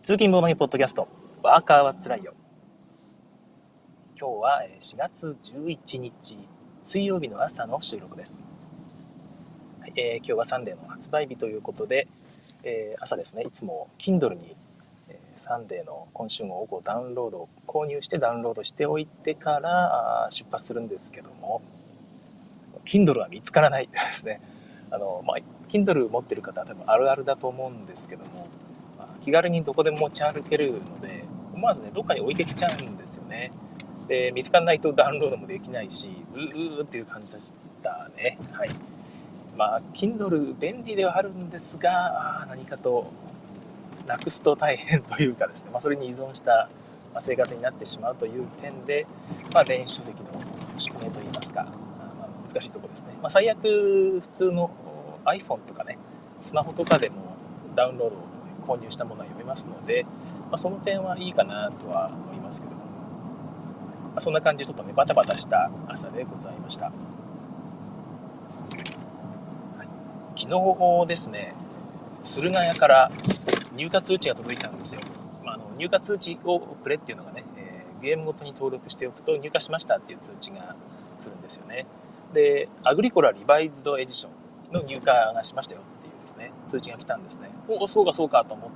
通勤ボーマギポッドキャスト、ワーカーはつらいよ。今日は4月11日水曜日の朝の収録です。今日はサンデーの発売日ということで、朝ですね、いつも Kindle にサンデーの今週号を購入してダウンロードしておいてから出発するんですけども、Kindle は見つからないですね。Kindle 持ってる方は多分あるあるだと思うんですけども、気軽にどこでも持ち歩けるので、思わずね、どっかに置いてきちゃうんですよね。で、見つからないとダウンロードもできないし、っていう感じでしたね。はい。Kindle 便利ではあるんですが、何かとなくすと大変というかですね、それに依存した生活になってしまうという点で、電子書籍の宿命といいますか、難しいところですね。最悪、普通の iPhone とかね、スマホとかでもダウンロードを購入したものは読めますので、その点はいいかなとは思いますけども、そんな感じでちょっとね、バタバタした朝でございました。はい、昨日ですね、駿河屋から入荷通知が届いたんですよ。入荷通知をくれっていうのがね、ゲームごとに登録しておくと入荷しましたっていう通知が来るんですよね。で、アグリコラリバイズドエディションの入荷がしましたよっていうですね、通知が来たんですね。そうかと思って、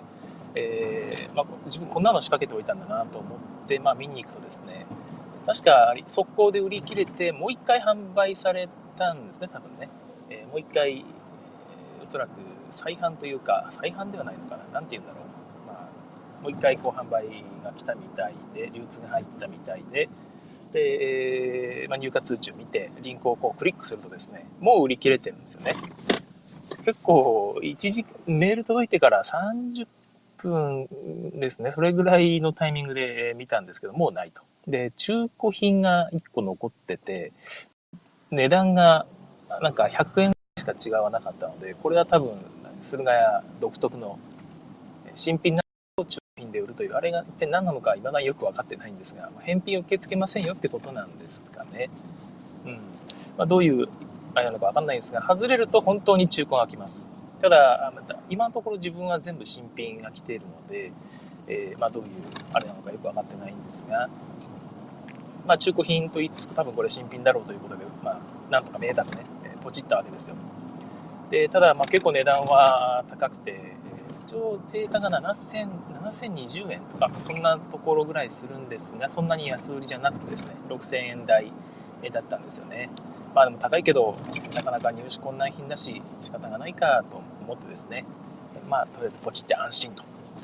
自分こんなの仕掛けておいたんだなと思って、見に行くとですね、確か速攻で売り切れてもう一回販売されたんですね、多分ね。もう一回、おそらく再販というか、再販ではないのかな、なんて言うんだろう。もう一回販売が来たみたいで、流通が入ったみたいで、入荷通知を見てリンクをクリックするとですね、もう売り切れてるんですよね。結構メール届いてから30分ですね、それぐらいのタイミングで見たんですけど、もうないと。で、中古品が1個残ってて、値段がなんか100円しか違わなかったので、これは多分駿河屋独特の新品なのを中古品で売るという、あれが一体何なのか未だによく分かってないんですが、返品受け付けませんよってことなんですかね。どういうあれなのか分かんないんですが、外れると本当に中古が来ます。ただ今のところ自分は全部新品が来ているので、どういうあれなのかよく分かってないんですが、中古品と言いつつ多分これ新品だろうということで、なんとかめでたくね、ポチったわけですよ。で、ただ結構値段は高くて、一応定価が7020円とか、そんなところぐらいするんですが、そんなに安売りじゃなくてですね、6000円台だったんですよね。でも高いけど、なかなか入手困難品だし、仕方がないかと思ってですね、とりあえずポチって安心と。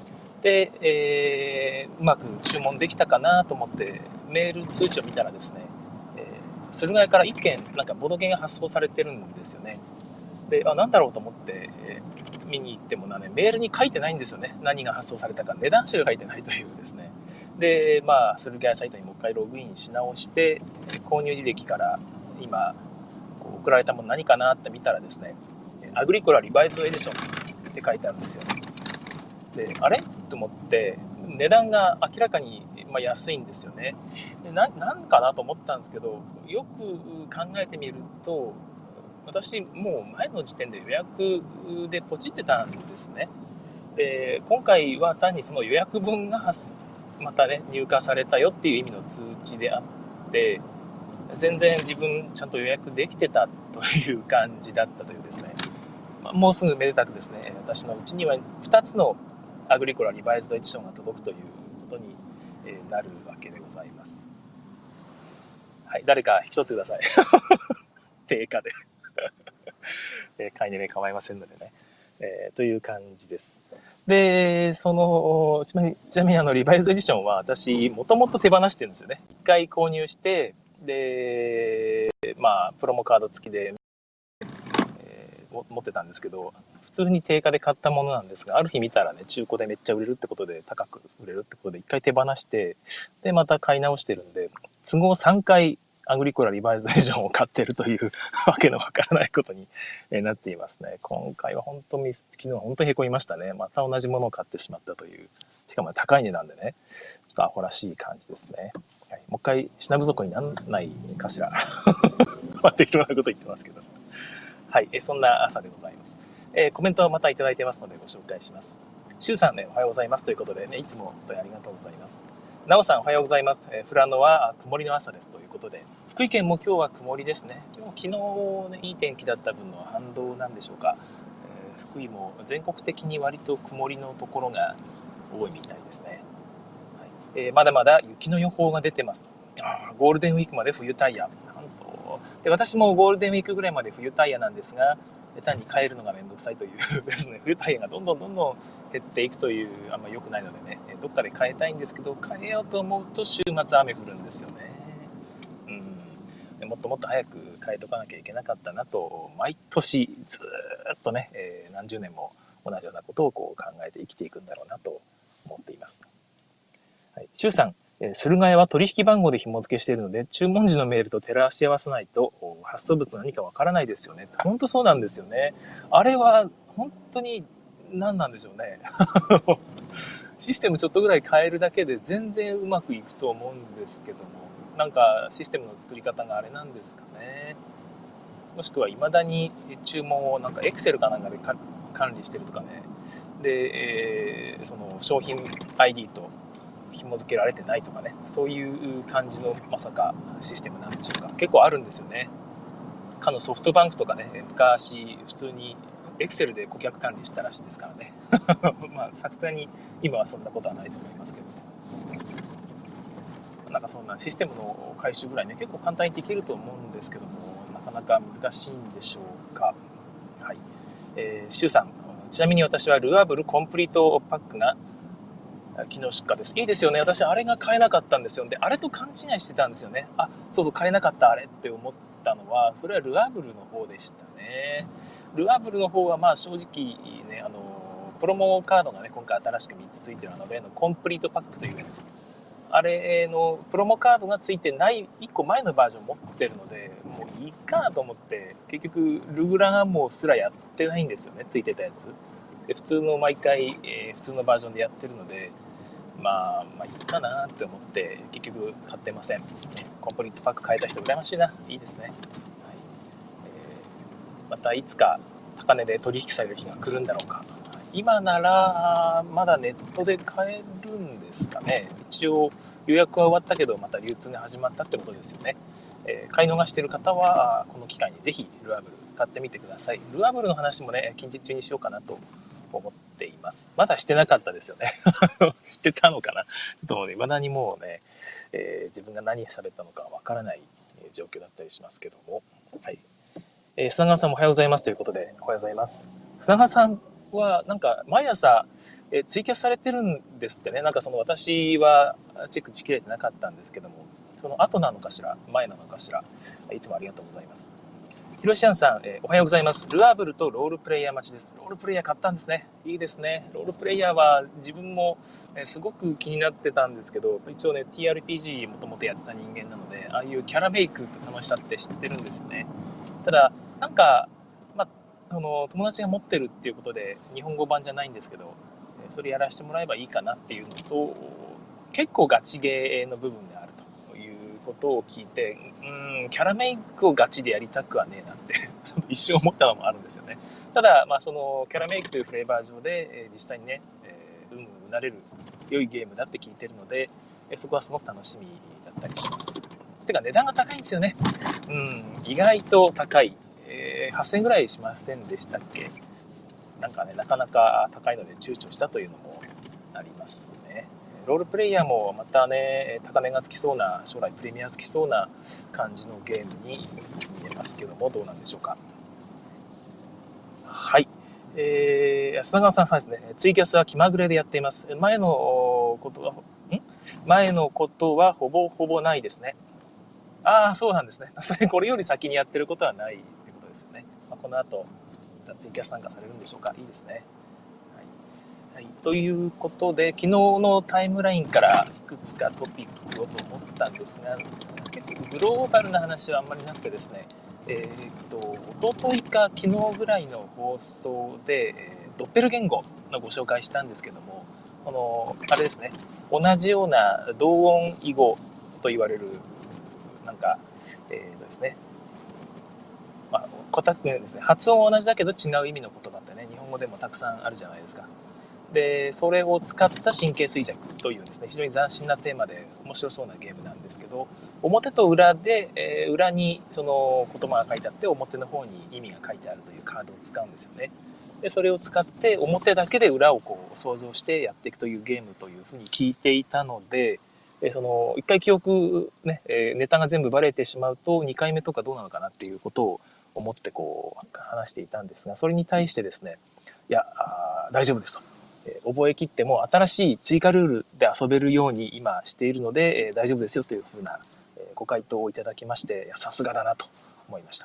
で、うまく注文できたかなと思ってメール通知を見たらですね、駿河屋から1件なんかボドゲが発送されてるんですよね。で、なんだろうと思って、見に行ってもメールに書いてないんですよね。何が発送されたか、値段しか書いてないというですね。で、駿河屋サイトにもう一回ログインし直して、購入履歴から今送られたもの何かなって見たらですね、アグリコラリバイズドエディションって書いてあるんですよ。で、あれと思って値段が明らかに安いんですよね。で、なんかなと思ったんですけど、よく考えてみると、私もう前の時点で予約でポチってたんですね。で、今回は単にその予約分がまたね、入荷されたよっていう意味の通知であって、全然自分ちゃんと予約できてたという感じだったというですね、もうすぐめでたくですね、私のうちには2つのアグリコラリバイズドエディションが届くということになるわけでございます。はい、誰か引き取ってください。定価で。買い値で構いませんのでね。という感じです。で、ちなみにリバイズドエディションは私、もともと手放してるんですよね。一回購入して、で、プロモカード付きで、持ってたんですけど、普通に定価で買ったものなんですが、ある日見たらね、中古でめっちゃ売れるってことで、高く売れるってことで、一回手放して、で、また買い直してるんで、都合3回、アグリコラリバイズドエディションを買ってるというわけのわからないことになっていますね。今回は本当に、昨日は本当にへこみましたね。また同じものを買ってしまったという。しかも高い値段でね、ちょっとアホらしい感じですね。はい、もう一回品不足にならないかしら。適当なこと言ってますけど。はい、そんな朝でございます。コメントをまたいただいてますのでご紹介します。 しゅうさんね、おはようございますということでね、いつも本当にありがとうございます。なおさん、おはようございます。富良野は曇りの朝ですということで、福井県も今日は曇りですね。今日昨日ね、いい天気だった分の反動なんでしょうか。福井も全国的に割と曇りのところが多いみたいですね。はい。まだまだ雪の予報が出てますと。ゴールデンウィークまで冬タイヤ。なんと。で、私もゴールデンウィークぐらいまで冬タイヤなんですが、単に変えるのがめんどくさいというですね、冬タイヤがどんどん減っていくという、あんま良くないのでね、どっかで変えたいんですけど、変えようと思うと週末雨降るんですよね。もっともっと早く変えとかなきゃいけなかったなと、毎年ずっとね、何十年も同じようなことをこう考えて生きていくんだろうなと思っています。はい、周さん、駿河屋は取引番号で紐付けしているので、注文時のメールと照らし合わせないと発送物何かわからないですよね。本当そうなんですよね。あれは本当に何なんでしょうね。システムちょっとぐらい変えるだけで全然うまくいくと思うんですけども、なんかシステムの作り方があれなんですかね。もしくは未だに注文をなんか Excel かなんかで管理してるとかね。で、その商品 ID と紐付けられてないとかね、そういう感じのまさかシステムなんでしょうか。結構あるんですよね。かのソフトバンクとかね、昔普通にエクセルで顧客管理したらしいですからね。まあさすがに今はそんなことはないと思いますけど、なんかそんなシステムの回収ぐらいね、結構簡単にできると思うんですけども、なかなか難しいんでしょうか。はい。シュウさん、ちなみに私はルアーブルコンプリートパックが昨日出荷です。いいですよね。私、あれが買えなかったんですよ。で、あれと勘違いしてたんですよね。そうそう、買えなかったあれって思ったのは、それはルアブルの方でしたね。ルアブルの方は、まあ正直ね、プロモカードがね、今回新しく3つついてるので、コンプリートパックというやつ。あれのプロモカードがついてない1個前のバージョン持ってるので、もういいかと思って、結局、ルグラガンモすらやってないんですよね、ついてたやつ。で普通の毎回、普通のバージョンでやってるので、まあいいかなって思って結局買ってません。コンプリートパック買えた人羨ましいな。いいですね。はい。またいつか高値で取引される日が来るんだろうか。今ならまだネットで買えるんですかね。一応予約は終わったけどまた流通が始まったってことですよね。買い逃している方はこの機会にぜひルアブル買ってみてください。ルアブルの話もね近日中にしようかなと思っています。まだしてなかったですよね。してたのかなと、未だにもうね、自分が何喋ったのかわからない状況だったりしますけども。はい。砂川さんもおはようございますということで、おはようございます。砂川さんは、なんか、毎朝、ツイキャスされてるんですってね。なんかその私はチェックしきれてなかったんですけども、その後なのかしら、前なのかしら、いつもありがとうございます。ひろしあんさん、おはようございます。ルアーブルとロールプレイヤー待ちです。ロールプレイヤー買ったんですね。いいですね。ロールプレイヤーは自分も、すごく気になってたんですけど、一応ね、TRPG もともとやってた人間なので、ああいうキャラメイクって楽しさって知ってるんですよね。ただ、なんか、まあ、友達が持ってるっていうことで、日本語版じゃないんですけど、それやらせてもらえばいいかなっていうのと、結構ガチゲーの部分があるということを聞いて、キャラメイクをガチでやりたくはねえなって一瞬思ったのもあるんですよね。ただ、まあ、そのキャラメイクというフレーバー上で、実際にね、うなれる良いゲームだって聞いてるので、そこはすごく楽しみだったりします。てか値段が高いんですよね。意外と高い。8000円ぐらいしませんでしたっけ。なんかね、なかなか高いので躊躇したというのもありますね。ロールプレイヤーもまたね、高値がつきそうな、将来プレミアつきそうな感じのゲームに見えますけども、どうなんでしょうか。はい。砂川さん、そうですね。ツイキャスは気まぐれでやっています。前のことはほぼほぼないですね。ああ、そうなんですね。これより先にやってることはないってことですよね。この後、ツイキャス参加されるんでしょうか。いいですね。はい。ということで、昨日のタイムラインからいくつかトピックをと思ったんですが、結構グローバルな話はあんまりなくてですね、一昨日か昨日ぐらいの放送で、ドッペル言語のご紹介したんですけども、あれですね、同じような同音異語と言われる、なんか、ですね、まあ、ですね、発音は同じだけど違う意味の言葉ってね、日本語でもたくさんあるじゃないですか。 でそれを使った神経衰弱というですね、非常に斬新なテーマで面白そうなゲームなんですけど、表と裏で、裏にその言葉が書いてあって、表の方に意味が書いてあるというカードを使うんですよね。でそれを使って表だけで裏をこう想像してやっていくというゲームというふうに聞いていたので、その一回記憶ね、ネタが全部バレてしまうと2回目とかどうなのかなっていうことを思ってこう話していたんですが、それに対してですね、いや大丈夫ですと、覚えきっても新しい追加ルールで遊べるように今しているので、大丈夫ですよというふうなご回答をいただきまして、さすがだなと思いました。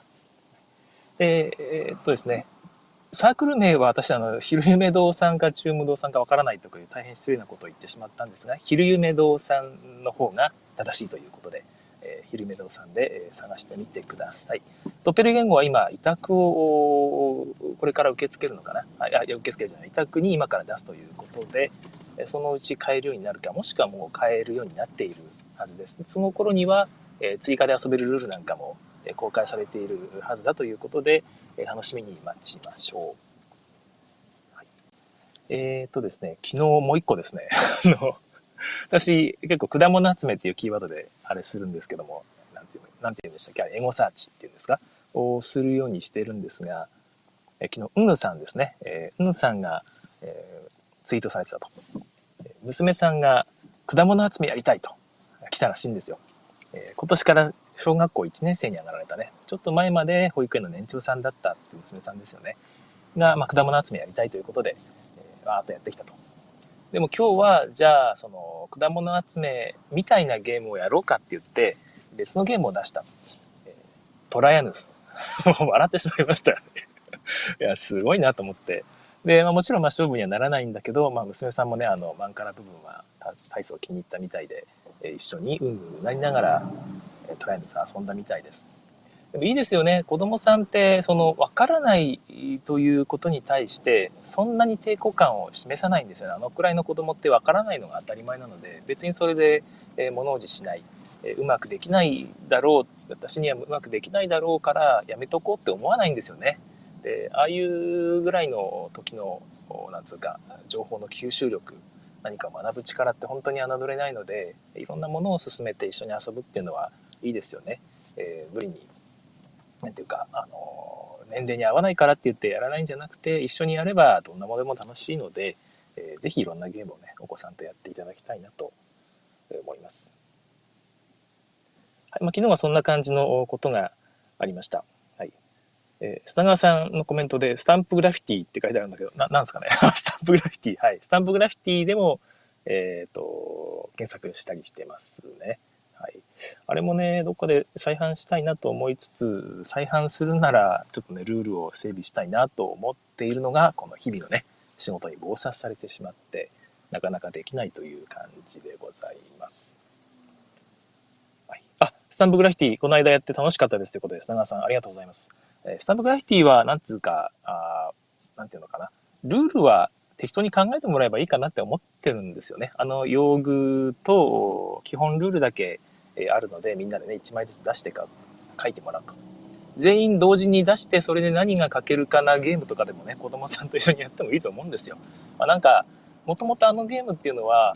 ですね、サークル名は私昼夢堂さんか中夢堂さんかわからないという大変失礼なことを言ってしまったんですが、昼夢堂さんの方が正しいということで、昼夢堂さんで探してみてください。ドッペル言語は今委託をこれから受け付けるのかな、いや受け付けるじゃない、委託に今から出すということで、そのうち買えるようになるか、もしくはもう買えるようになっているはずです。その頃には追加で遊べるルールなんかも公開されているはずだということで、楽しみに待ちましょう。はい、ですね、昨日もう一個ですね、私結構果物集めっていうキーワードであれするんですけども、なんて言うんでしたっけ、エゴサーチっていうんですか、をするようにしてるんですが、昨日、うぬさんですね、うぬさんが、ツイートされてたと。娘さんが果物集めやりたいと来たらしいんですよ。今年から小学校1年生に上がられたね、ちょっと前まで保育園の年長さんだったっていう娘さんですよね。が、果物集めやりたいということで、わーっとやってきたと。でも今日は、じゃあ、その果物集めみたいなゲームをやろうかって言って、別のゲームを出した。トライアヌス。もう笑ってしまいましたよね。いや、すごいなと思って。で、もちろん勝負にはならないんだけど、娘さんもね、マンカラ部分は体操気に入ったみたいで、一緒になりながら、トライアヌス遊んだみたいです。でもいいですよね。子供さんって、その、わからないということに対して、そんなに抵抗感を示さないんですよね。あのくらいの子供ってわからないのが当たり前なので、別にそれで、物おじしない。うまくできないだろう。私にはうまくできないだろうから、やめとこうって思わないんですよね。で、ああいうぐらいの時の、なんつうか、情報の吸収力、何か学ぶ力って本当に侮れないので、いろんなものを進めて一緒に遊ぶっていうのはいいですよね。無理になんていうか、年齢に合わないからって言ってやらないんじゃなくて、一緒にやればどんなものでも楽しいので、ぜひいろんなゲームをね、お子さんとやっていただきたいなと思います。はい、昨日はそんな感じのことがありました。はい。砂川さんのコメントで、スタンプグラフィティって書いてあるんだけど、なんですかね。スタンプグラフィティ。はい。スタンプグラフィティでも、検索したりしてますね。はい。あれもね、どっかで再販したいなと思いつつ、再販するなら、ちょっとね、ルールを整備したいなと思っているのが、この日々のね、仕事に忙殺されてしまって、なかなかできないという感じでございます。はい、スタンプグラフィティ、この間やって楽しかったですということで、砂川さん、ありがとうございます。スタンプグラフィティは、なんつうか、なんていうのかな。ルールは適当に考えてもらえばいいかなって思ってるんですよね。用具と基本ルールだけあるので、みんなでね、1枚ずつ出して書いてもらうと。全員同時に出して、それで何が書けるかなゲームとかでもね、子供さんと一緒にやってもいいと思うんですよ。なんか、もともとあのゲームっていうのは、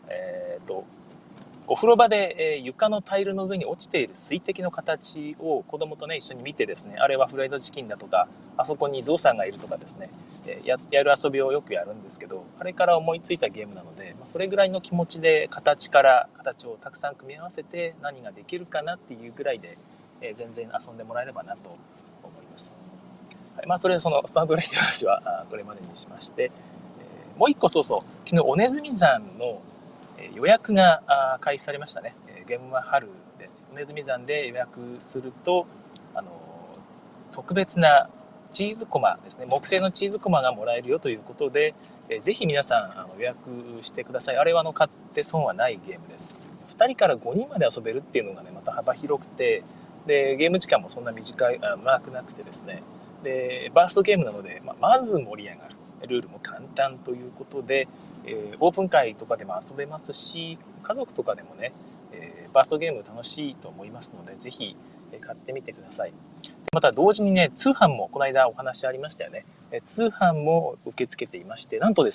お風呂場で、床のタイルの上に落ちている水滴の形を子供とね、一緒に見てですね、あれはフライドチキンだとか、あそこにゾウさんがいるとかですね、やる遊びをよくやるんですけど、あれから思いついたゲームなので、それぐらいの気持ちで形をたくさん組み合わせて何ができるかなっていうぐらいで、全然遊んでもらえればなと思います。はい、それでそのスタンプライトの話はこれまでにしまして、もう一個そうそう、昨日おねずみ山の予約が開始されましたね。ゲームは春で、おねずみ山で予約すると、特別なチーズコマですね、木製のチーズコマがもらえるよということで、ぜひ皆さん予約してください。あれは買って損はないゲームです。2人から5人まで遊べるっていうのがね、また幅広くて、で、ゲーム時間もそんな長くなくてですね、で、バーストゲームなので、まず盛り上がる。ルールも簡単ということで、オープン会とかでも遊べますし、家族とかでもね、バーストゲーム楽しいと思いますので、ぜひ買ってみてください。また同時にね、通販もこの間お話ありましたよね。通販も受け付けていまして、なんとですね、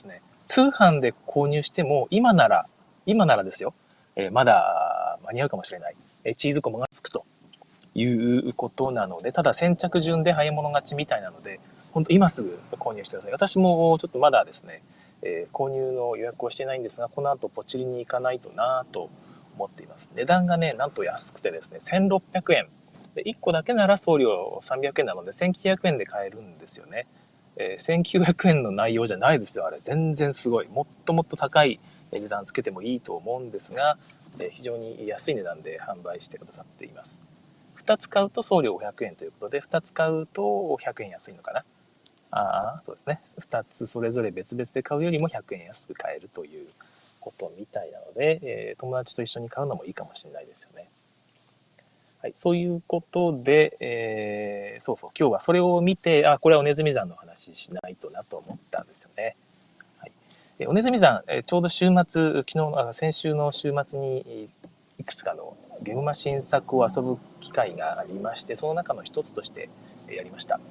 通販で購入しても、今ならですよ、まだ間に合うかもしれない。チーズコマがつくということなので、ただ先着順で早い者勝ちみたいなので、本当今すぐ購入してください。私もちょっとまだですね、購入の予約をしてないんですが、この後ポチリに行かないとなと思っています。値段がね、なんと安くてですね、1600円。で、1個だけなら送料300円なので、1900円で買えるんですよね。1900円の内容じゃないですよ、あれ。全然すごい。もっともっと高い値段つけてもいいと思うんですが、非常に安い値段で販売してくださっています。2つ買うと送料500円ということで、2つ買うと100円安いのかな。そうですね。2つそれぞれ別々で買うよりも100円安く買えるということみたいなので、友達と一緒に買うのもいいかもしれないですよね。はい、そういうことで、そうそう、今日はそれを見て、これは尾根積山の話しないとなと思ったんですよね。はい、尾根積山、ちょうど週末、先週の週末にいくつかのゲームマ新作を遊ぶ機会がありまして、その中の一つとしてやりました。はい、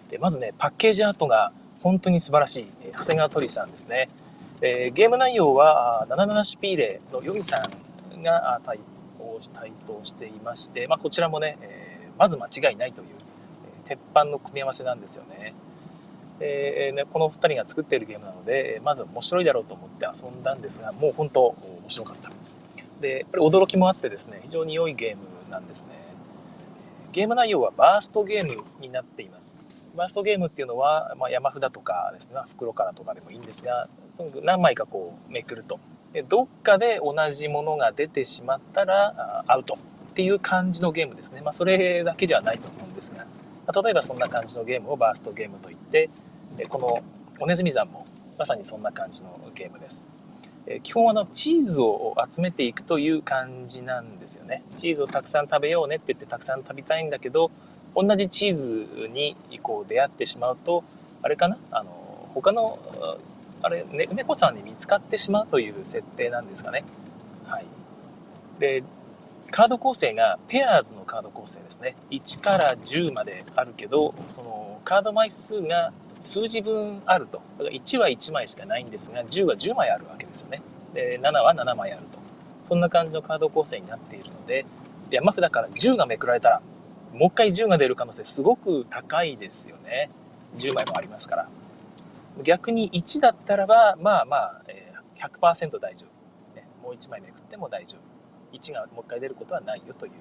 でまずね、パッケージアートが本当に素晴らしい、長谷川鳥さんですね。ゲーム内容は77シュピーレのヨミさんが台頭していまして、こちらもね、まず間違いないという、鉄板の組み合わせなんですよね。この2人が作っているゲームなので、まず面白いだろうと思って遊んだんですが、もう本当面白かった。で、やっぱり驚きもあってですね、非常に良いゲームなんですね。ゲーム内容はバーストゲームになっています。バーストゲームっていうのは、山札とかですね、袋からとかでもいいんですが、何枚かこうめくると。で、どっかで同じものが出てしまったらアウトっていう感じのゲームですね。それだけではないと思うんですが、例えばそんな感じのゲームをバーストゲームといって、この尾根積山もまさにそんな感じのゲームです。基本はチーズを集めていくという感じなんですよね。チーズをたくさん食べようねって言ってたくさん食べたいんだけど、同じチーズにこう出会ってしまうと、あれかな、他の猫さんに見つかってしまうという設定なんですかね。はい。で、カード構成がペアーズのカード構成ですね。1から10まであるけど、そのカード枚数が数字分あると。だから1は1枚しかないんですが、10は10枚あるわけですよね。で、7は7枚あると。そんな感じのカード構成になっているので、山札から10がめくられたら、もう一回10が出る可能性すごく高いですよね。10枚もありますから。逆に1だったらば、100% 大丈夫。もう1枚めくっても大丈夫。1がもう一回出ることはないよという、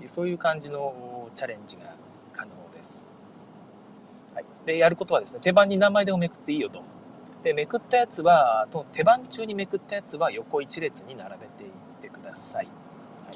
そういう感じのチャレンジが可能です。はい、で、やることはですね、手番に何枚でもめくっていいよと。で、めくったやつは、手番中にめくったやつは横一列に並べていってください。はい、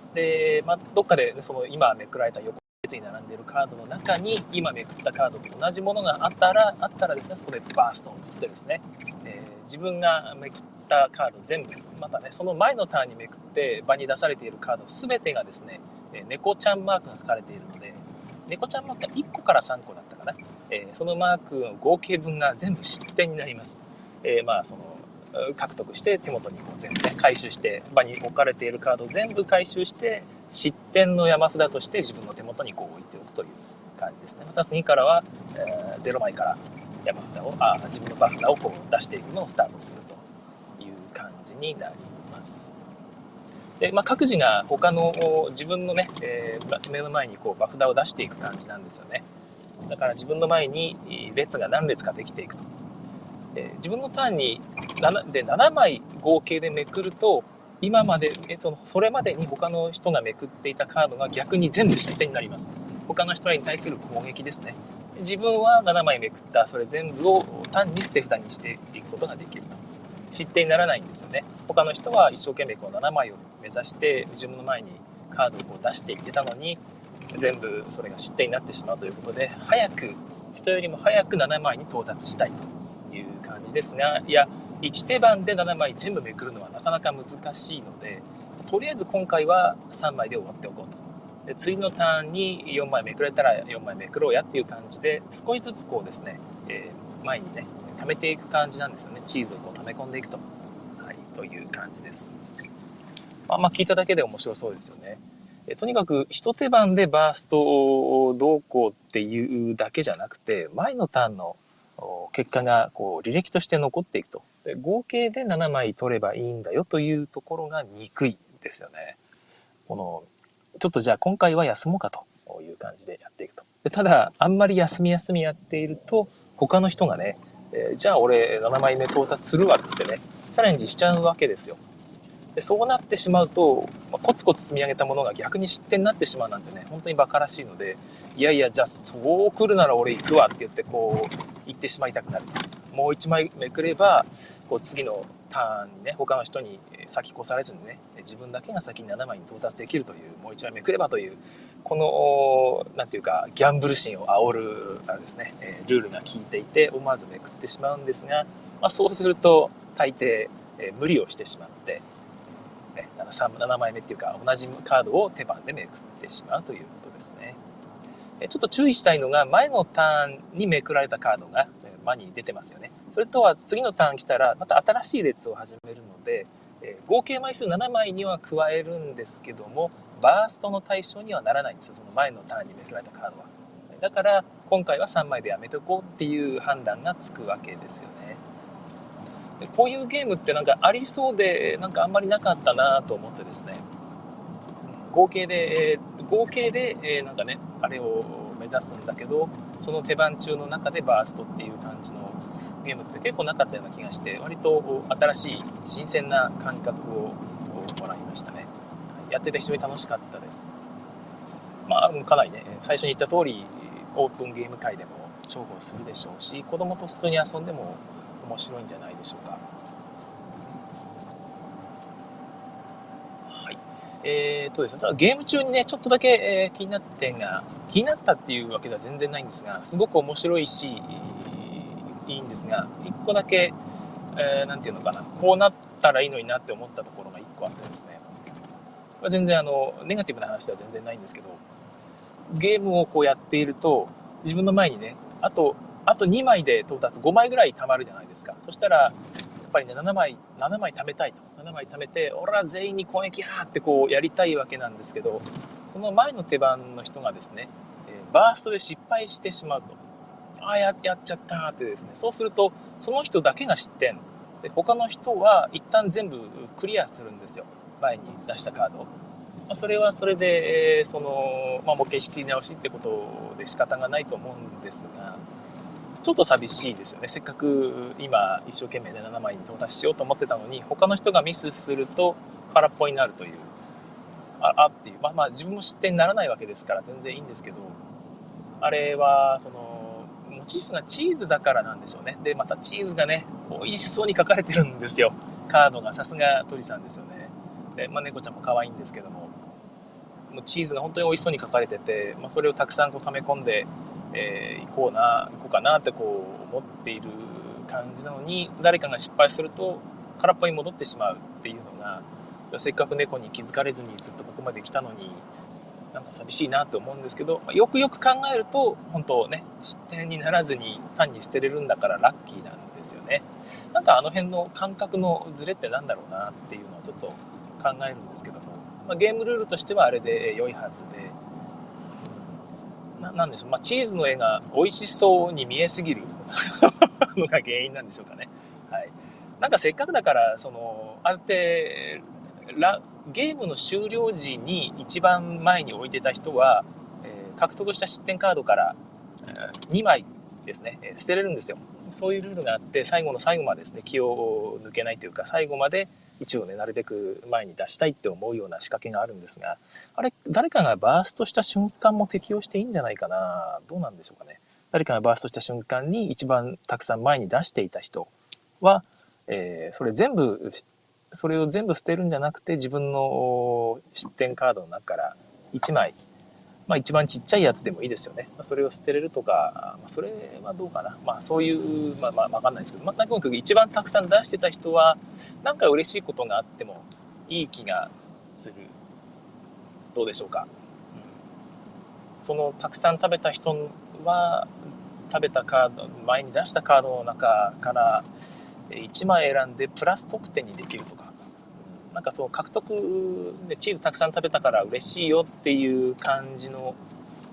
で、どっかで、ね、その今めくられた横一列に並んでいるカードの中に、今めくったカードと同じものがあったらですね、そこでバーストを打つでですね、自分がめくったカード全部、またね、その前のターンにめくって場に出されているカード全てがですね、猫ちゃんマークが書かれているので、猫ちゃんマークが1個から3個だったかな、そのマークの合計分が全部失点になります。その獲得して手元にこう全部ね回収して、場に置かれているカードを全部回収して失点の山札として自分の手元にこう置いておくという感じですね。また次からは、0枚から山札を自分の場札をこう出していくのをスタートするという感じになります。で、各自が他の自分のね、目の前にこう場札を出していく感じなんですよね。だから自分の前に列が何列かできていくと。自分のターンに 7枚合計でめくると、今までそれまでに他の人がめくっていたカードが逆に全部失点になります。他の人に対する攻撃ですね。自分は7枚めくったそれ全部を単に捨て札にしていくことができると。失点にならないんですよね。他の人は一生懸命こう7枚を目指して自分の前にカードをこう出していってたのに、全部それが失点になってしまうということで、人よりも早く7枚に到達したいという感じですが、いや、1手番で7枚全部めくるのはなかなか難しいので、とりあえず今回は3枚で終わっておこうと。で、次のターンに4枚めくれたら4枚めくろうやっていう感じで、少しずつこうですね、前にね溜めていく感じなんですよね。チーズをこう溜め込んでいくと、はい、という感じです。聞いただけで面白そうですよね。とにかく一手番でバーストをどうこうっていうだけじゃなくて、前のターンの結果がこう履歴として残っていくと。で合計で7枚取ればいいんだよというところが憎いですよね。ちょっとじゃあ今回は休もうかという感じでやっていくと。でただ、あんまり休みやっていると、他の人がね、じゃあ俺7枚目到達するわっつってね、チャレンジしちゃうわけですよ。でそうなってしまうと、コツコツ積み上げたものが逆に失点になってしまうなんてね、本当にバカらしいので、いやいや、じゃあそう来るなら俺行くわって言って、こう、行ってしまいたくなる。もう1枚めくれば、こう次のターンにね、他の人に先越されずにね、自分だけが先に7枚に到達できるという、もう1枚めくればという、この、なんていうか、ギャンブル心を煽るからですね、ルールが効いていて、思わずめくってしまうんですが、そうすると、大抵、無理をしてしまって、7枚目っていうか同じカードを手番でめくってしまうということですね。ちょっと注意したいのが、前のターンにめくられたカードが間に出てますよね。それとは次のターン来たらまた新しい列を始めるので、合計枚数7枚には加えるんですけども、バーストの対象にはならないんですよ、その前のターンにめくられたカードは。だから今回は3枚でやめておこうっていう判断がつくわけですよね。こういうゲームってなんかありそうで、なんかあんまりなかったなと思ってですね、合計でなんかね、あれを目指すんだけど、その手番中の中でバーストっていう感じのゲームって結構なかったような気がして、割と新しい新鮮な感覚をもらいましたね。やってて非常に楽しかったです。かなりね、最初に言った通りオープンゲーム界でも重宝するでしょうし、子供と普通に遊んでも面白いんじゃないでしょうか。はい。ですね、ただゲーム中にね、ちょっとだけ、気になったっていうわけでは全然ないんですが、すごく面白いし、いいんですが、一個だけ、なんていうのかな、こうなったらいいのになって思ったところが一個あってですね、これ全然ネガティブな話では全然ないんですけど、ゲームをこうやっていると、自分の前にね、あと2枚で到達、5枚ぐらい貯まるじゃないですか。そしたら、やっぱりね、7枚貯めたいと。7枚貯めて、俺は全員に攻撃やーってこうやりたいわけなんですけど、その前の手番の人がですね、バーストで失敗してしまうと。やっちゃったーってですね。そうすると、その人だけが失点。で、他の人は一旦全部クリアするんですよ。前に出したカードを。それはそれで、もう一回仕切り直しってことで仕方がないと思うんですが、ちょっと寂しいですよね。せっかく今一生懸命で7枚に到達しようと思ってたのに、他の人がミスすると空っぽになるという、っていう、自分も失点にならないわけですから全然いいんですけど、あれはモチーフがチーズだからなんでしょうね。でまたチーズがね、美味しそうに描かれてるんですよ。カードがさすが鳥さんですよね。で、猫ちゃんも可愛いんですけども、チーズが本当に美味しそうに描かれてて、それをたくさんこう溜め込んで、行こうかなってこう思っている感じなのに、誰かが失敗すると空っぽに戻ってしまうっていうのが、せっかく猫に気づかれずにずっとここまで来たのに、なんか寂しいなと思うんですけど、よくよく考えると本当ね、失点にならずに単に捨てれるんだからラッキーなんですよね。なんかあの辺の感覚のズレってなんだろうなっていうのをちょっと考えるんですけども、ゲームルールとしてはあれで良いはずで、なんでしょう、チーズの絵が美味しそうに見えすぎるのが原因なんでしょうかね。はい。なんかせっかくだから、あれってゲームの終了時に一番前に置いてた人は、獲得した失点カードから、2枚ですね、捨てれるんですよ。そういうルールがあって、最後の最後までですね、気を抜けないというか、最後まで1をね、なるべく前に出したいって思うような仕掛けがあるんですが、あれ、誰かがバーストした瞬間も適用していいんじゃないかな。どうなんでしょうかね。誰かがバーストした瞬間に一番たくさん前に出していた人は、それを全部捨てるんじゃなくて、自分の失点カードの中から1枚、一番ちっちゃいやつでもいいですよね。それを捨てれるとか、それはどうかな。そういう、わかんないですけど、とにかく一番たくさん出してた人は、なんか嬉しいことがあってもいい気がする。どうでしょうか。そのたくさん食べた人は、食べたカード、前に出したカードの中から1枚選んでプラス得点にできるとか、なんか獲得でチーズたくさん食べたから嬉しいよっていう感じの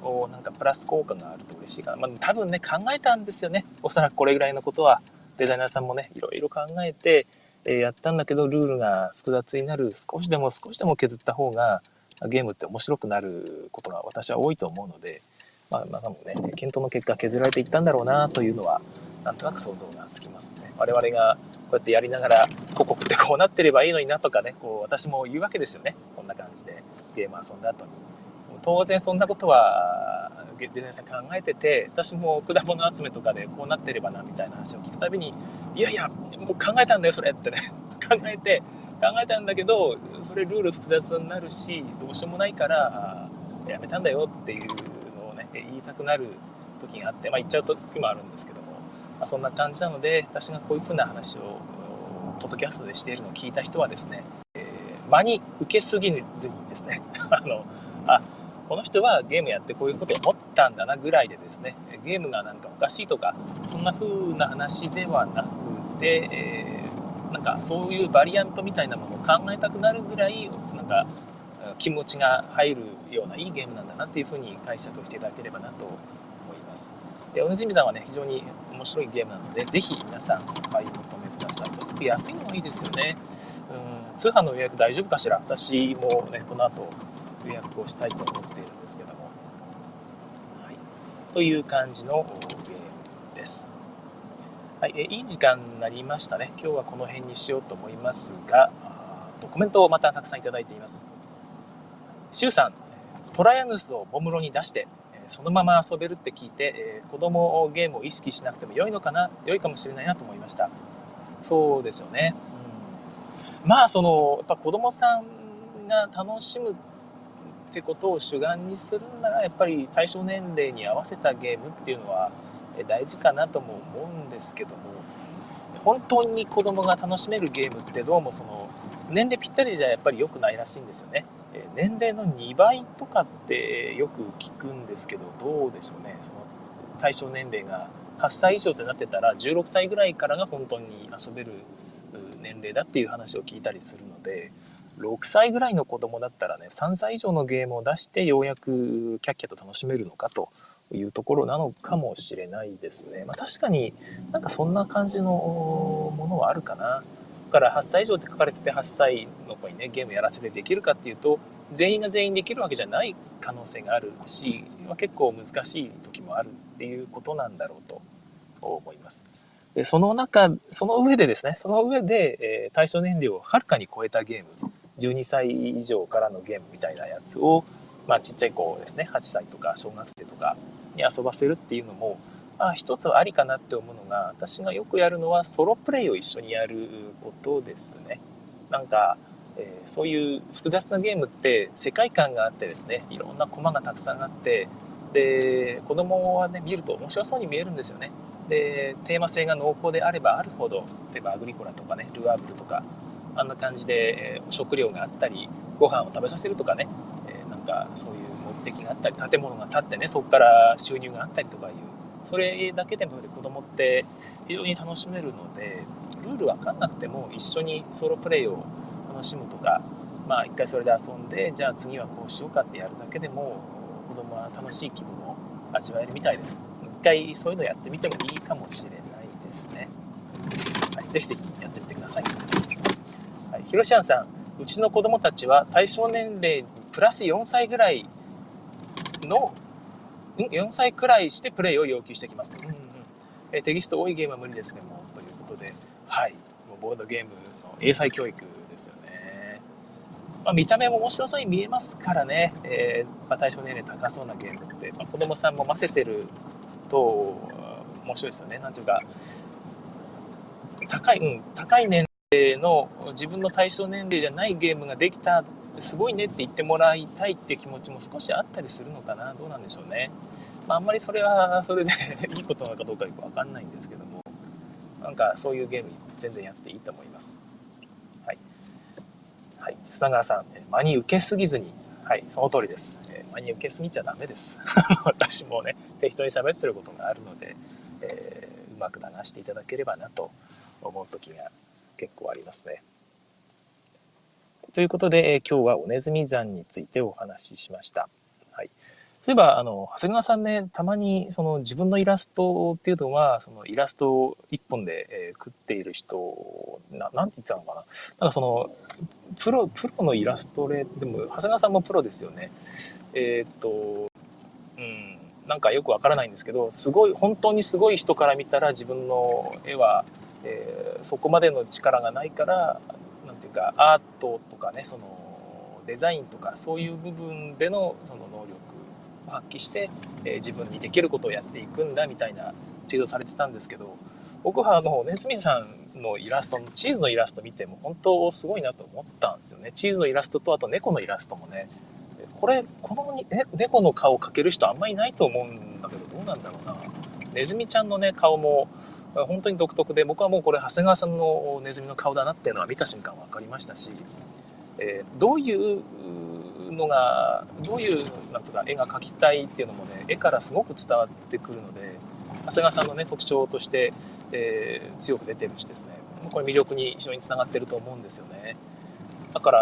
なんかプラス効果があると嬉しいかな。まあ、多分ね、考えたんですよね。おそらくこれぐらいのことは、デザイナーさんもね、いろいろ考えて、やったんだけど、ルールが複雑になる、少しでも削った方が、ゲームって面白くなることが私は多いと思うので、まあ、多分ね、検討の結果削られていったんだろうなというのは、なんとなく想像がつきますね。我々がこうやってやりながら、広告ってこうなってればいいのになとかね、こう私も言うわけですよね。こんな感じでゲーム遊んだ後に。当然そんなことはデザイナーさん考えてて、私も果物集めとかでこうなってればなみたいな話を聞くたびに、いやいや、もう考えたんだよそれってね考えたんだけど、それルール複雑になるし、どうしようもないからやめたんだよっていうのをね言いたくなる時があって、言っちゃう時もあるんですけども、そんな感じなので、私がこういうふうな話をポッドキャストでしているのを聞いた人はですね、真に受けすぎずにですねあこの人はゲームやってこういうことを思ったんだなぐらいでですね、ゲームがなんかおかしいとかそんな風な話ではなくて、なんかそういうバリアントみたいなものを考えたくなるぐらいなんか気持ちが入るようないいゲームなんだなっていう風に解釈をしていただければなと思います。で、小野ジミさんはね、非常に面白いゲームなので、ぜひ皆さんお買い求めください。すごく安いのがいいですよね。通販の予約大丈夫かしら。私もね、この後予約をしたいと思っているんですけども、はい、という感じのゲームです。はい、いい時間になりましたね。今日はこの辺にしようと思いますが、コメントをまたたくさんいただいています。シュウさん、トライアヌスをボムロに出してそのまま遊べるって聞いて、子供ゲームを意識しなくても良いかもしれないなと思いました。そうですよね。やっぱ子供さんが楽しむってことを主眼にするなら、やっぱり対象年齢に合わせたゲームっていうのは大事かなとも思うんですけども、本当に子供が楽しめるゲームってどうもその年齢ぴったりじゃやっぱり良くないらしいんですよね。年齢の2倍とかってよく聞くんですけど、どうでしょうね。その対象年齢が8歳以上ってなってたら16歳ぐらいからが本当に遊べる年齢だっていう話を聞いたりするので、6歳ぐらいの子供だったらね、3歳以上のゲームを出してようやくキャッキャと楽しめるのかというところなのかもしれないですね。確かになんかそんな感じのものはあるかな。だから8歳以上って書かれてて8歳の子にねゲームやらせてできるかっていうと、全員が全員できるわけじゃない可能性があるし、結構難しい時もあるっていうことなんだろうと思います。でその上でですね、対象年齢をはるかに超えたゲーム、12歳以上からのゲームみたいなやつを、ちっちゃい子ですね、8歳とか小学生とかに遊ばせるっていうのも、一つはありかなって思うのが、私がよくやるのはソロプレイを一緒にやることですね。なんか、そういう複雑なゲームって世界観があってですね、いろんなコマがたくさんあって、で、子供はね、見ると面白そうに見えるんですよね。で、テーマ性が濃厚であればあるほど、例えばアグリコラとかね、ルアーブルとか、あんな感じで、食料があったり、ご飯を食べさせるとかね、なんかそういう目的があったり、建物が建ってね、そこから収入があったりとかいう、それだけでも子供って非常に楽しめるので、ルールわかんなくても一緒にソロプレイを楽しむとか、一回それで遊んで、じゃあ次はこうしようかってやるだけでも、子供は楽しい気分を味わえるみたいです。一回そういうのやってみてもいいかもしれないですね。はい、ぜひぜひやってみてください。はい、ひろしあんさん、うちの子供たちは対象年齢プラス4歳ぐらいの、4歳くらいしてプレイを要求してきますと。テキスト多いゲームは無理ですね、もう。ということで、はい。もうボードゲームの英才教育ですよね。見た目も面白そうに見えますからね、対象年齢高そうなゲームって、子供さんも混ぜてると面白いですよね。なんていうか、高い年齢の自分の対象年齢じゃないゲームができた、すごいねって言ってもらいたいっていう気持ちも少しあったりするのかな。どうなんでしょうね。あんまりそれはそれでいいことなのかどうかよくわかんないんですけども、なんかそういうゲーム全然やっていいと思います。はい。はい。砂川さん、真に受けすぎずに、はい、その通りです。真に受けすぎちゃダメです。私もね、適当に喋ってることがあるので、うまく流していただければなと思う時が結構ありますね。ということで、今日はおねずみ山についてお話ししました。はい。 そういえば、長谷川さんね、たまに、自分のイラストっていうのは、そのイラスト一本で、食っている人、なんて言ってたのかな。なんかプロのイラストレでも、長谷川さんもプロですよね。えーっと、うん、なんかよくわからないんですけど、すごい、本当にすごい人から見たら自分の絵は、そこまでの力がないから、なんていうか、アートとかね、デザインとか、そういう部分でのその能力を発揮して、自分にできることをやっていくんだみたいな指導されてたんですけど、僕はねずみさんのイラストの、チーズのイラスト見ても本当すごいなと思ったんですよね。チーズのイラストと、あと猫のイラストもね、この猫の顔を描ける人あんまりいないと思うんだけど、どうなんだろうな。ネズミちゃんのね、顔も、本当に独特で、僕はもうこれ、長谷川さんのネズミの顔だなっていうのは見た瞬間分かりましたし、どういうのが、どういうなんつうか絵が描きたいっていうのもね、絵からすごく伝わってくるので、長谷川さんのね、特徴として、強く出てるしですね、これ魅力に非常につながってると思うんですよね。だから、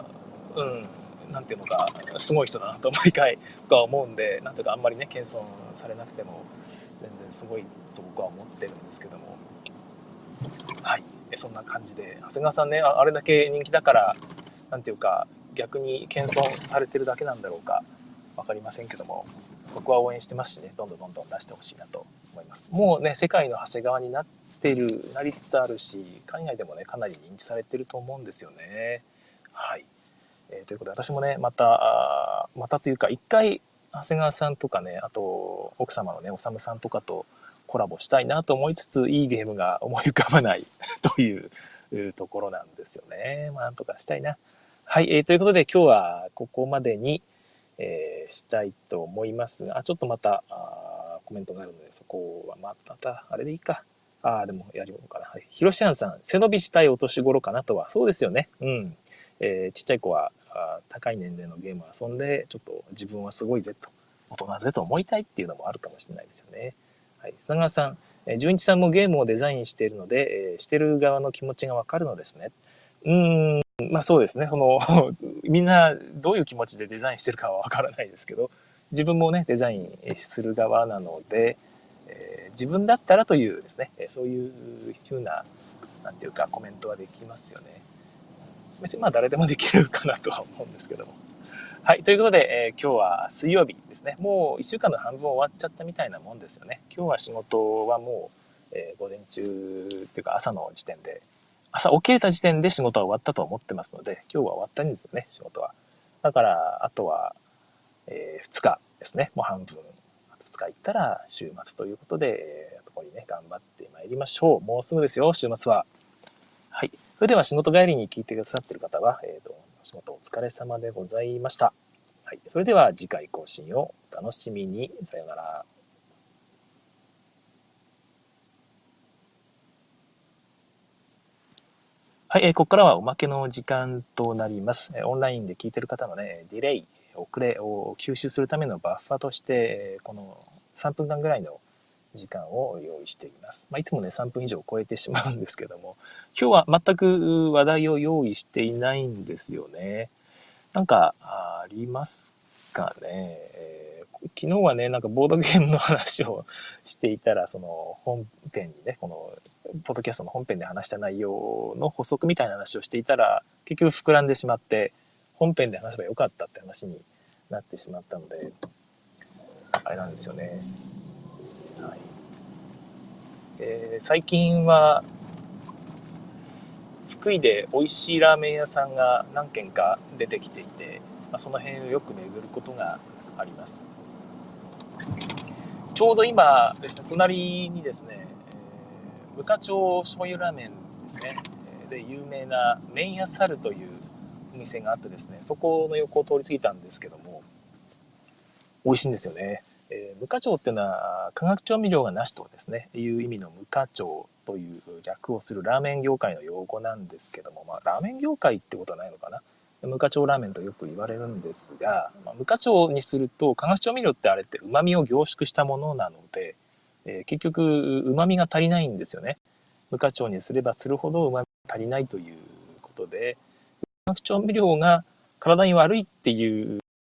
なんていうのか、すごい人だなと毎回僕は思うんで、なんていうかあんまりね、謙遜されなくても、全然すごいと僕は思ってるんですけども、はい。そんな感じで、長谷川さんね、あれだけ人気だから、なんていうか、逆に謙遜されてるだけなんだろうか、わかりませんけども、僕は応援してますしね、どんどんどんどん出してほしいなと思います。もうね、世界の長谷川になりつつあるし、海外でもね、かなり認知されてると思うんですよね。はい。ということで、私もね、またというか、一回、長谷川さんとかね、あと、奥様のね、おさむさんとかとコラボしたいなと思いつつ、いいゲームが思い浮かばないというところなんですよね。まあ、なんとかしたいな。はい、ということで、今日はここまでに、したいと思いますが、ちょっとまた、コメントがあるので、そこはまた、あれでいいか。でもやるのかな。はい。ひろしあんさん、背伸びしたいお年頃かなとは。そうですよね。うん。ちっちゃい子は高い年齢のゲームを遊んで、ちょっと自分はすごいぜと、大人だぜと思いたいっていうのもあるかもしれないですよね。はい。砂川さん、純一さんもゲームをデザインしているので、してる側の気持ちがわかるのですね。まあそうですね。みんなどういう気持ちでデザインしてるかはわからないですけど、自分もね、デザインする側なので、自分だったらというですね、そういうふうな、なんていうかコメントはできますよね。別にまあ誰でもできるかなとは思うんですけども。はい、ということで、今日は水曜日ですね。もう1週間の半分終わっちゃったみたいなもんですよね。今日は仕事はもう、午前中っていうか朝の時点で、朝起きれた時点で仕事は終わったと思ってますので、今日は終わったんですよね、仕事は。だから、あとは、2日ですね。もう半分。あと2日行ったら週末ということで、ここにね、頑張ってまいりましょう。もうすぐですよ、週末は。はい。それでは仕事帰りに聞いてくださっている方は、仕事お疲れ様でございました。はい。それでは次回更新をお楽しみに。さようなら。はい。ここからはおまけの時間となります。オンラインで聞いている方のね、ディレイ、遅れを吸収するためのバッファとして、この3分間ぐらいの時間を用意しています。いつもね、3分以上超えてしまうんですけども、今日は全く話題を用意していないんですよね。なんかありますかね。昨日はね、なんかボードゲームの話をしていたら、その本編にね、このポッドキャストの本編で話した内容の補足みたいな話をしていたら、結局膨らんでしまって、本編で話せばよかったって話になってしまったので、あれなんですよね。はい。最近は福井で美味しいラーメン屋さんが何軒か出てきていて、その辺をよく巡ることがあります。ちょうど今ですね、隣にですね、無課長醤油ラーメンですね、で有名な麺屋猿というお店があってですね、そこの横を通り過ぎたんですけども、美味しいんですよね。無課長っていうのは化学調味料がなしとですねいう意味の無課長という略をするラーメン業界の用語なんですけども、ラーメン業界ってことはないのかな。無課長ラーメンとよく言われるんですが、無課長にすると化学調味料ってあれって旨味を凝縮したものなので、結局旨味が足りないんですよね。無課長にすればするほど旨味が足りないということで、化学調味料が体に悪いっていう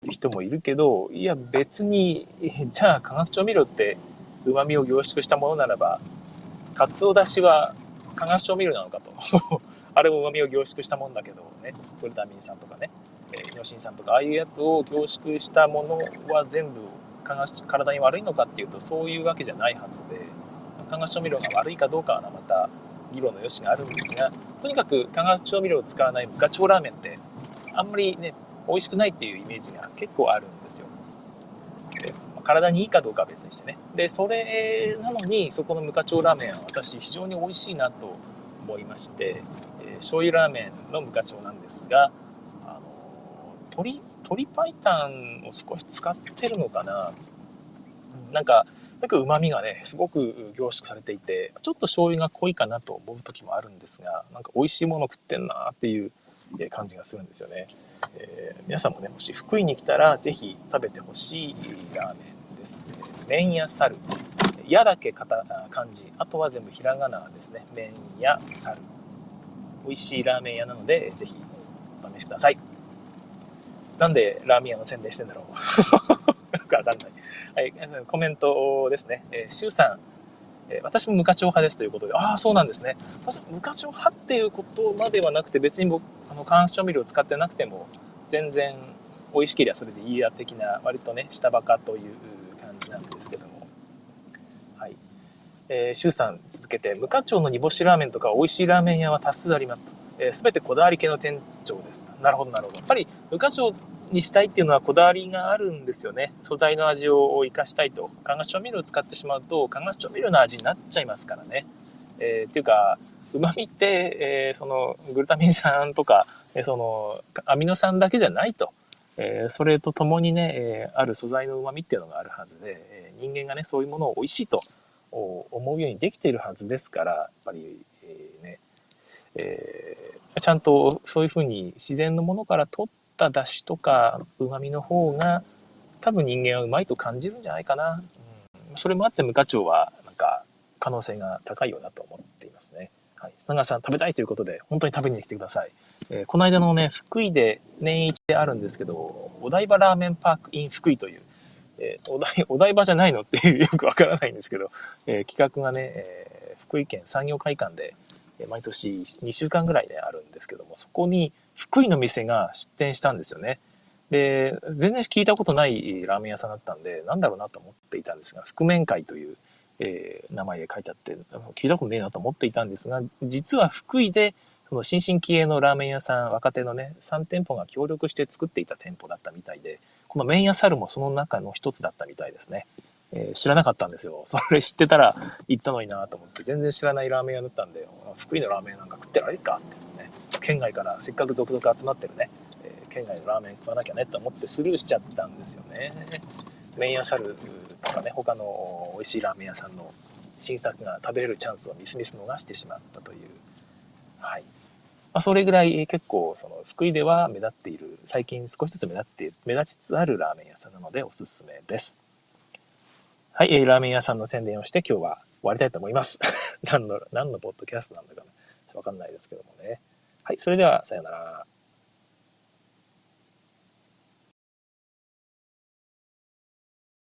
っていう人もいるけど、いや別に、じゃあ化学調味料って旨味を凝縮したものならば、かつおだしは化学調味料なのかと。あれも旨味を凝縮したもんだけどね、グルタミン酸とかね、イノシン酸とか、ああいうやつを凝縮したものは全部体に悪いのかっていうと、そういうわけじゃないはずで、化学調味料が悪いかどうかはまた議論の余地があるんですが、とにかく化学調味料を使わない無加調ラーメンってあんまりね、美味しくないっていうイメージが結構あるんですよ。で、体にいいかどうかは別にしてね。で、それなのに、そこの無加調ラーメンは私非常に美味しいなと思いまして、醤油ラーメンの無加調なんですが、鶏白湯を少し使ってるのかな。なんか旨味がねすごく凝縮されていて、ちょっと醤油が濃いかなと思う時もあるんですが、なんか美味しいもの食ってんなっていう感じがするんですよね。皆さんもね、もし福井に来たらぜひ食べてほしいラーメンです。麺屋猿、やだけ漢字、あとは全部ひらがなですね。麺屋猿、美味しいラーメン屋なのでぜひお試しください。なんでラーメン屋の宣伝してんだろうよくわかんない。はい、コメントですね。シュウさん、私も無課長派ですということで、ああ、そうなんですね。無課長派っていうことまではなくて、別に僕、化学調味料を使ってなくても、全然美味しければそれでいいや的な、割とね、下バカという感じなんですけども。はい。シュウさん続けて、無課長の煮干しラーメンとか美味しいラーメン屋は多数ありますと。すべてこだわり系の店長です。なるほど、なるほど。やっぱり無課長にしたいっていうのはこだわりがあるんですよね。素材の味を生かしたいと。化学調味料を使ってしまうと、化学調味料の味になっちゃいますからね。っていうか、旨味って、そのグルタミン酸とか、そのアミノ酸だけじゃないと。それとともにね、ある素材の旨味っていうのがあるはずで、人間がね、そういうものを美味しいと思うようにできているはずですから、やっぱり、ね、ちゃんとそういうふうに自然のものから取った出汁とか旨味の方が多分人間はうまいと感じるんじゃないかな。それもあって無課長はなんか可能性が高いようだと思っていますね。はい、砂川さん食べたいということで本当に食べに来てください。この間のね、福井で年一であるんですけど、お台場ラーメンパーク in 福井という、お台場じゃないのっていうよくわからないんですけど、企画がね、福井県産業会館で毎年2週間ぐらいねあるんですけども、そこに福井の店が出店したんですよね。で、全然聞いたことないラーメン屋さんだったんで、なんだろうなと思っていたんですが、覆面会という、名前で書いてあって、聞いたことねえなと思っていたんですが、実は福井で、その新進気鋭のラーメン屋さん、若手のね、3店舗が協力して作っていた店舗だったみたいで、この麺屋猿もその中の一つだったみたいですね。知らなかったんですよ。それ知ってたら行ったのになと思って、全然知らないラーメン屋だったんで、福井のラーメンなんか食ってられるかってね、県外からせっかく続々集まってるね、県外のラーメン食わなきゃねと思ってスルーしちゃったんですよね。麺屋猿とかね、他の美味しいラーメン屋さんの新作が食べれるチャンスをみすみす逃してしまったという。はい。それぐらい結構その福井では目立っている、最近少しずつ目立ちつつあるラーメン屋さんなのでおすすめです。はい、ラーメン屋さんの宣伝をして今日は終わりたいと思います。何のポッドキャストなんだかわかんないですけどもね。はい、それではさようなら。